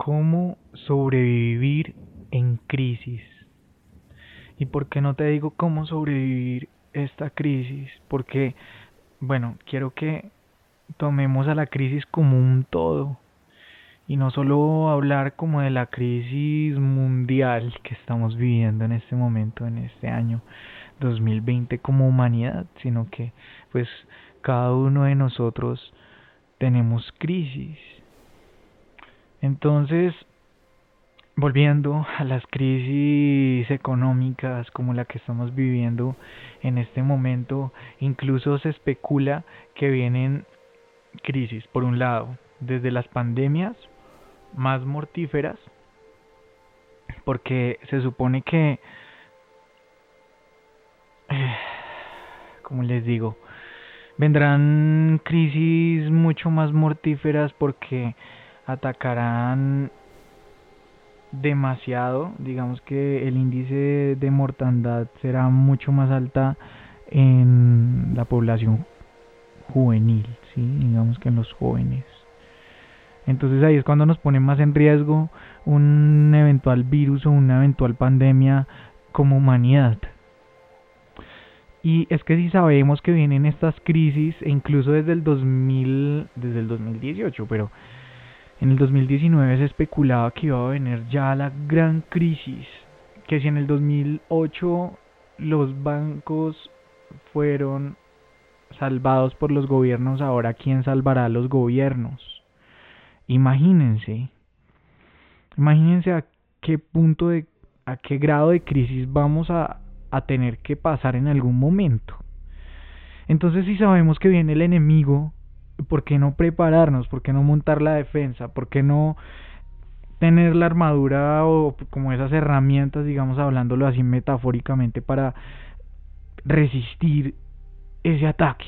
¿Cómo sobrevivir en crisis? ¿Y por qué no te digo cómo sobrevivir esta crisis? Porque, bueno, quiero que tomemos a la crisis como un todo y no solo hablar como de la crisis mundial que estamos viviendo en este momento, en este año 2020 como humanidad, sino que pues cada uno de nosotros tenemos crisis. Entonces, volviendo a las crisis económicas como la que estamos viviendo en este momento, incluso se especula que vienen crisis, por un lado, desde las pandemias más mortíferas, porque se supone que, como les digo, vendrán crisis mucho más mortíferas porque atacarán demasiado, digamos que el índice de mortandad será mucho más alta en la población juvenil, ¿sí? Digamos que en los jóvenes. Entonces ahí es cuando nos pone más en riesgo un eventual virus o una eventual pandemia como humanidad. Y es que si sabemos que vienen estas crisis, e incluso desde el 2018, pero en el 2019 se especulaba que iba a venir ya la gran crisis, que si en el 2008 los bancos fueron salvados por los gobiernos, ahora ¿quién salvará a los gobiernos? Imagínense, imagínense a qué punto a qué grado de crisis vamos a tener que pasar en algún momento. Entonces si sabemos que viene el enemigo, ¿por qué no prepararnos? ¿Por qué no montar la defensa? ¿Por qué no tener la armadura o como esas herramientas, digamos, hablándolo así metafóricamente, para resistir ese ataque?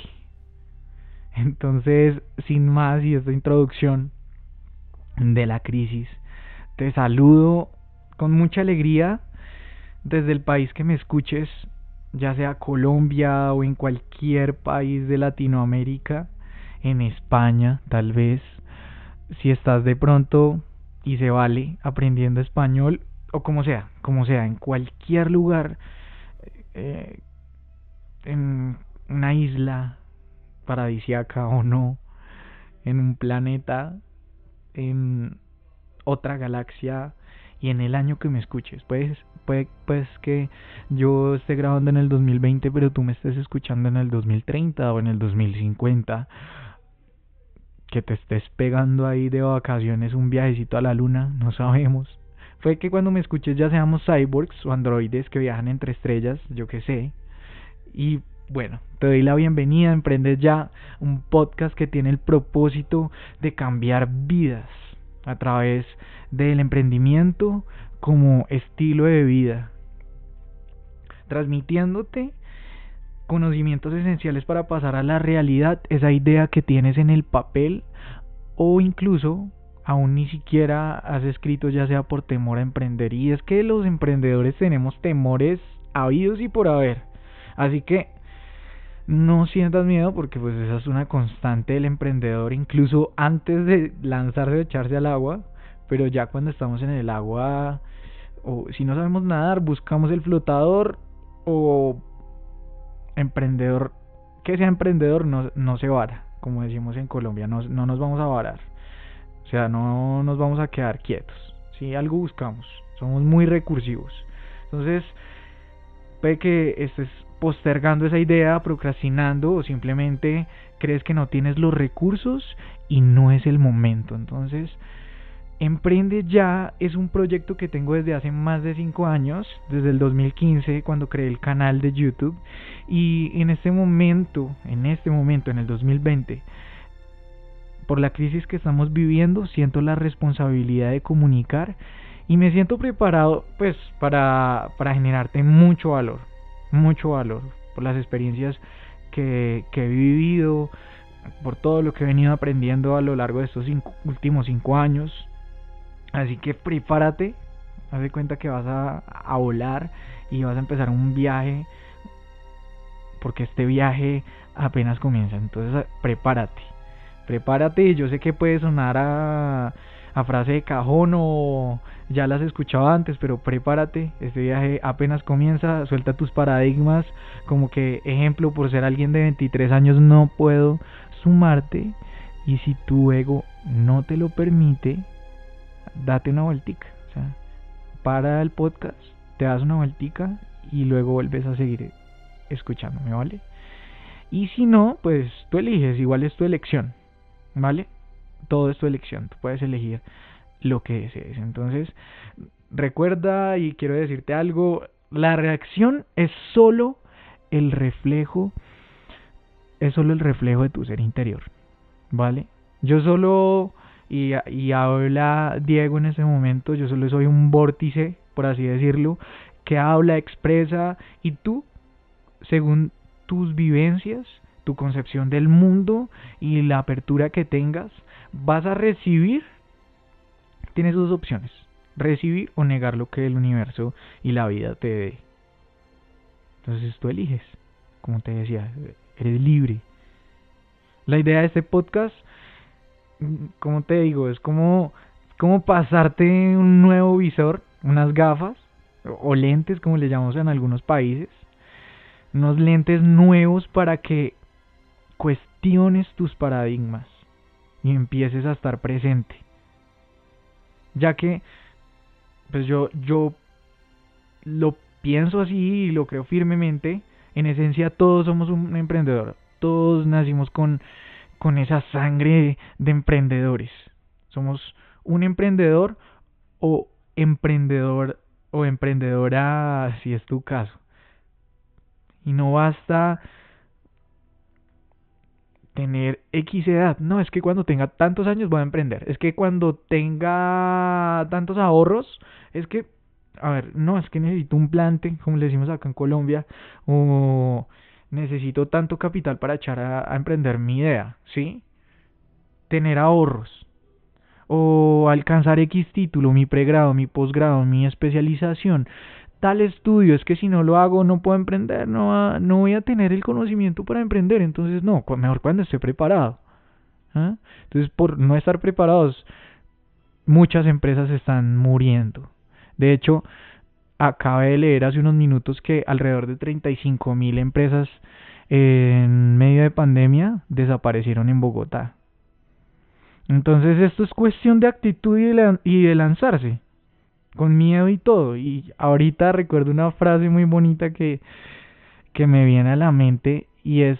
Entonces, sin más y esta introducción de la crisis, te saludo con mucha alegría desde el país que me escuches, ya sea Colombia o en cualquier país de Latinoamérica, en España tal vez, si estás de pronto y se vale aprendiendo español o como sea, en cualquier lugar, eh, en una isla paradisiaca o no, en un planeta, en otra galaxia y en el año que me escuches. Pues que yo esté grabando en el 2020, pero tú me estés escuchando en el 2030 o en el 2050. Que te estés pegando ahí de vacaciones un viajecito a la luna, no sabemos. Fue que cuando me escuches ya seamos cyborgs o androides que viajan entre estrellas, yo qué sé. Y bueno, te doy la bienvenida a Emprendes Ya, un podcast que tiene el propósito de cambiar vidas a través del emprendimiento como estilo de vida, transmitiéndote conocimientos esenciales para pasar a la realidad, esa idea que tienes en el papel o incluso aún ni siquiera has escrito, ya sea por temor a emprender. Y es que los emprendedores tenemos temores habidos y por haber, así que no sientas miedo, porque pues esa es una constante del emprendedor, incluso antes de lanzarse o echarse al agua. Pero ya cuando estamos en el agua, o si no sabemos nadar, buscamos el flotador. O emprendedor que sea emprendedor no se vara, como decimos en Colombia, no nos vamos a varar. O sea, no nos vamos a quedar quietos. Si algo buscamos, somos muy recursivos. Entonces, puede que estés postergando esa idea, procrastinando, o simplemente crees que no tienes los recursos y no es el momento. Entonces, Emprende Ya es un proyecto que tengo desde hace más de 5 años, desde el 2015, cuando creé el canal de YouTube. Y en este momento, en el 2020, por la crisis que estamos viviendo, siento la responsabilidad de comunicar y me siento preparado pues para generarte mucho valor, por las experiencias que he vivido, por todo lo que he venido aprendiendo a lo largo de estos últimos 5 años. Así que prepárate, haz de cuenta que vas a volar y vas a empezar un viaje, porque este viaje apenas comienza. Entonces prepárate. Yo sé que puede sonar a a frase de cajón o ya las escuchaba antes, pero prepárate, este viaje apenas comienza, suelta tus paradigmas, como que ejemplo, por ser alguien de 23 años no puedo sumarte, y si tu ego no te lo permite, date una vueltica, o sea, para el podcast, te das una vueltica y luego vuelves a seguir escuchándome, ¿vale? Y si no, pues tú eliges, igual es tu elección, ¿vale? Todo es tu elección, tú puedes elegir lo que desees. Entonces, recuerda, y quiero decirte algo, la reacción es solo el reflejo, de tu ser interior, ¿vale? Yo solo, y habla Diego en ese momento, yo solo soy un vórtice, por así decirlo, que habla, expresa, y tú, según tus vivencias, tu concepción del mundo y la apertura que tengas, vas a recibir. Tienes dos opciones: recibir o negar lo que el universo y la vida te dé. Entonces tú eliges, como te decía, eres libre. La idea de este podcast, como te digo, es como pasarte un nuevo visor, unas gafas o lentes, como le llamamos en algunos países, unos lentes nuevos para que cuestiones tus paradigmas y empieces a estar presente. Ya que, pues yo lo pienso así y lo creo firmemente, en esencia todos somos un emprendedor, todos nacimos con esa sangre de emprendedores. Somos un emprendedor o emprendedor o emprendedora, si es tu caso. Y no basta tener X edad. No, es que cuando tenga tantos años voy a emprender. Es que cuando tenga tantos ahorros, es que, a ver, no, es que necesito un plante, como le decimos acá en Colombia, o necesito tanto capital para echar a emprender mi idea, ¿sí? Tener ahorros. O alcanzar X título, mi pregrado, mi posgrado, mi especialización, tal estudio, es que si no lo hago no puedo emprender, no voy a tener el conocimiento para emprender, entonces no, mejor cuando esté preparado. ¿Ah? Entonces, por no estar preparados, muchas empresas están muriendo. De hecho, acabé de leer hace unos minutos que alrededor de 35.000 empresas en medio de pandemia desaparecieron en Bogotá. Entonces esto es cuestión de actitud y de lanzarse, con miedo y todo. Y ahorita recuerdo una frase muy bonita que me viene a la mente y es...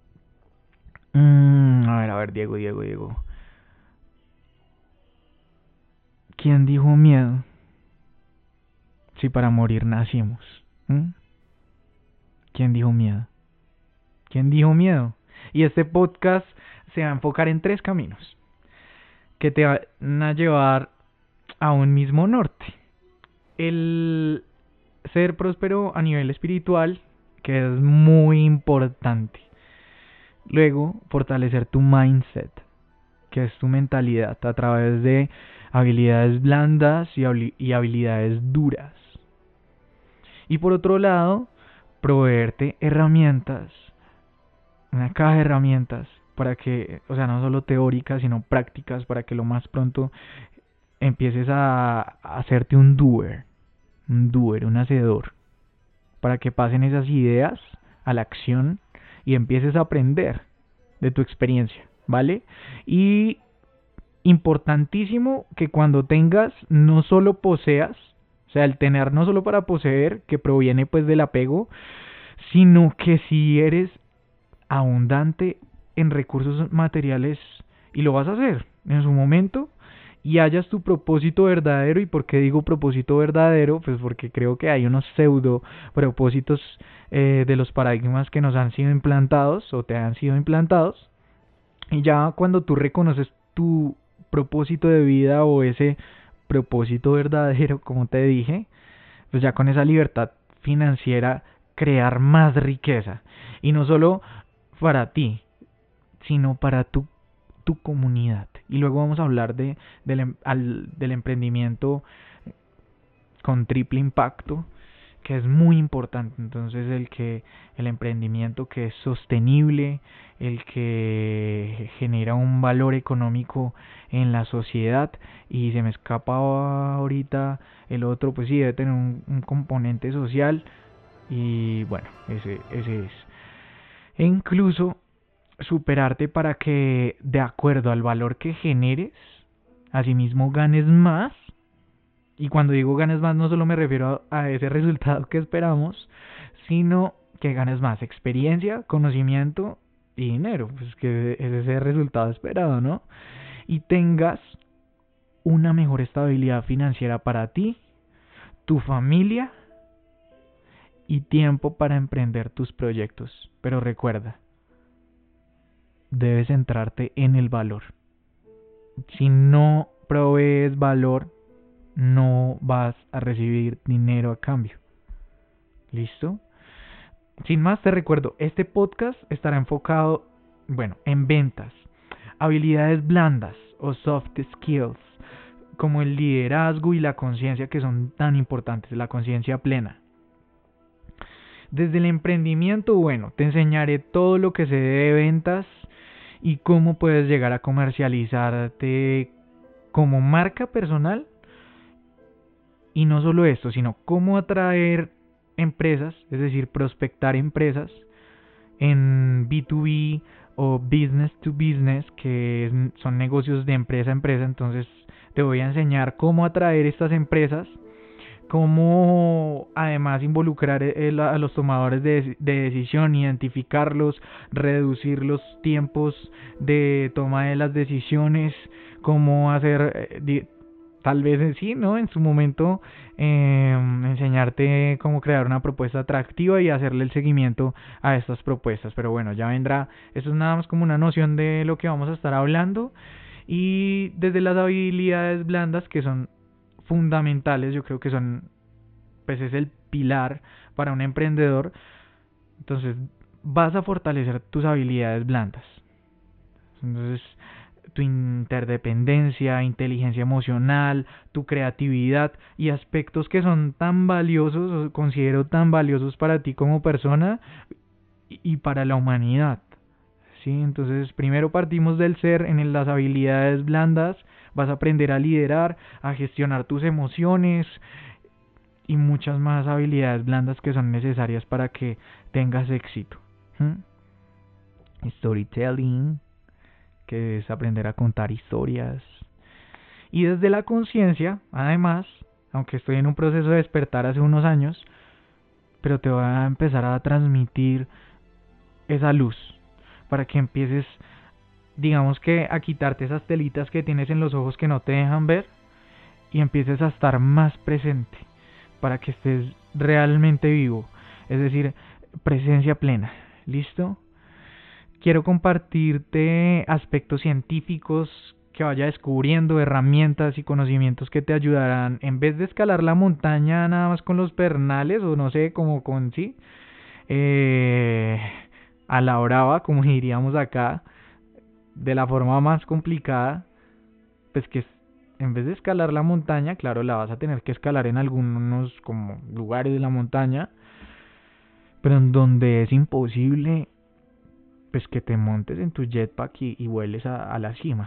a ver, Diego. ¿Quién dijo miedo? Si para morir nacimos. ¿Quién dijo miedo? ¿Quién dijo miedo? Y este podcast se va a enfocar en 3 caminos que te van a llevar a un mismo norte. El ser próspero a nivel espiritual, que es muy importante. Luego, fortalecer tu mindset, que es tu mentalidad, a través de habilidades blandas y habilidades duras. Y por otro lado, proveerte herramientas, una caja de herramientas, para que, o sea, no solo teóricas, sino prácticas, para que lo más pronto empieces a hacerte un doer, un hacedor, para que pasen esas ideas a la acción y empieces a aprender de tu experiencia, ¿vale? Y importantísimo que cuando tengas, no solo poseas, o sea, el tener no solo para poseer, que proviene pues del apego, sino que si eres abundante en recursos materiales, y lo vas a hacer en su momento, y hayas tu propósito verdadero. ¿Y por qué digo propósito verdadero? Pues porque creo que hay unos pseudo propósitos de los paradigmas que nos han sido implantados o te han sido implantados, y ya cuando tú reconoces tu propósito de vida o ese propósito verdadero, como te dije, pues ya con esa libertad financiera crear más riqueza, y no solo para ti, sino para tu comunidad. Y luego vamos a hablar del emprendimiento con triple impacto, que es muy importante. Entonces el emprendimiento que es sostenible, el que genera un valor económico en la sociedad. Y se me escapa ahorita el otro, pues sí, debe tener un componente social. Y bueno, ese es. E incluso superarte para que, de acuerdo al valor que generes, asimismo ganes más. Y cuando digo ganes más, no solo me refiero a ese resultado que esperamos, sino que ganes más experiencia, conocimiento y dinero, pues que es ese resultado esperado, ¿no? Y tengas una mejor estabilidad financiera para ti, tu familia y tiempo para emprender tus proyectos. Pero recuerda, debes centrarte en el valor. Si no provees valor, no vas a recibir dinero a cambio. ¿Listo? Sin más, te recuerdo, este podcast estará enfocado, bueno, en ventas, habilidades blandas o soft skills, como el liderazgo y la conciencia, que son tan importantes, la conciencia plena. Desde el emprendimiento, bueno, te enseñaré todo lo que se debe de ventas y cómo puedes llegar a comercializarte como marca personal. Y no solo esto, sino cómo atraer empresas, es decir, prospectar empresas en B2B o business to business, que son negocios de empresa a empresa. Entonces te voy a enseñar cómo atraer estas empresas, cómo además involucrar a los tomadores de decisión, identificarlos, reducir los tiempos de toma de las decisiones, cómo hacer tal vez sí, ¿no? En su momento enseñarte cómo crear una propuesta atractiva y hacerle el seguimiento a estas propuestas. Pero bueno, ya vendrá. Esto es nada más como una noción de lo que vamos a estar hablando. Y desde las habilidades blandas, que son fundamentales, yo creo que son, pues es el pilar para un emprendedor. Entonces vas a fortalecer tus habilidades blandas. Entonces, tu interdependencia, inteligencia emocional, tu creatividad y aspectos que son tan valiosos, o considero tan valiosos para ti como persona y para la humanidad. ¿Sí? Entonces, primero partimos del ser en las habilidades blandas, vas a aprender a liderar, a gestionar tus emociones y muchas más habilidades blandas que son necesarias para que tengas éxito. Storytelling, que es aprender a contar historias. Y desde la conciencia, además, aunque estoy en un proceso de despertar hace unos años, pero te voy a empezar a transmitir esa luz para que empieces, digamos que a quitarte esas telitas que tienes en los ojos que no te dejan ver y empieces a estar más presente para que estés realmente vivo, es decir, presencia plena. ¿Listo? Quiero compartirte aspectos científicos que vaya descubriendo, herramientas y conocimientos que te ayudarán, en vez de escalar la montaña nada más con los pernales, o no sé, como con sí, a la brava, como diríamos acá, de la forma más complicada, pues que en vez de escalar la montaña, claro, la vas a tener que escalar en algunos como lugares de la montaña, pero en donde es imposible, pues que te montes en tu jetpack y vueles a la cima.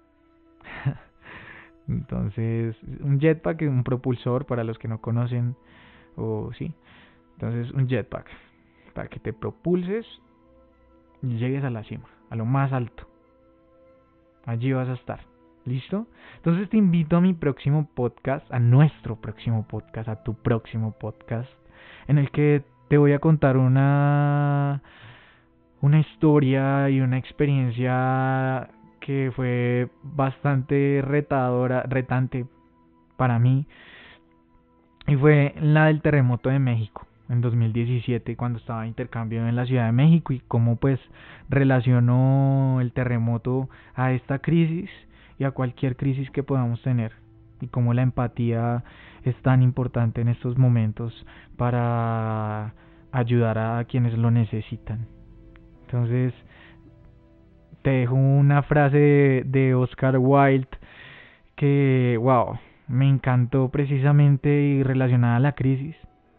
Entonces, un jetpack es un propulsor para los que no conocen, o sí. Entonces, un jetpack para que te propulses y llegues a la cima, a lo más alto. Allí vas a estar. ¿Listo? Entonces te invito a mi próximo podcast, a nuestro próximo podcast, a tu próximo podcast, en el que te voy a contar una historia y una experiencia que fue bastante retante para mí, y fue la del terremoto de México en 2017, cuando estaba de intercambio en la Ciudad de México, y cómo pues relacionó el terremoto a esta crisis y a cualquier crisis que podamos tener, y cómo la empatía es tan importante en estos momentos para ayudar a quienes lo necesitan. Entonces, te dejo una frase de Oscar Wilde que, wow, me encantó precisamente y relacionada a la crisis.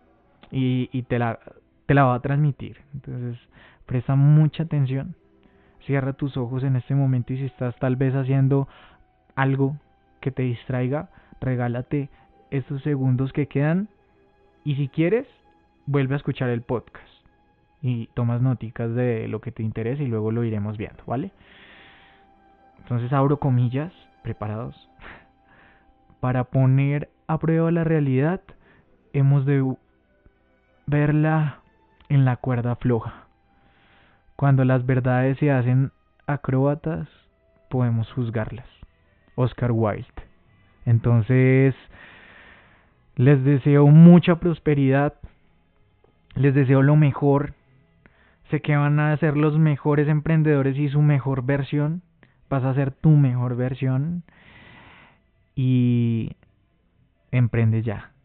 y te la va a transmitir. Entonces, presta mucha atención. Cierra tus ojos en este momento y si estás tal vez haciendo algo que te distraiga, regálate estos segundos que quedan y si quieres, vuelve a escuchar el podcast y tomas noticas de lo que te interesa y luego lo iremos viendo, ¿vale? Entonces abro comillas, preparados. Para poner a prueba la realidad, hemos de verla en la cuerda floja. Cuando las verdades se hacen acróbatas, podemos juzgarlas. Oscar Wilde. Entonces, les deseo mucha prosperidad, les deseo lo mejor. Sé que van a ser los mejores emprendedores y su mejor versión. Vas a ser tu mejor versión y emprende ya.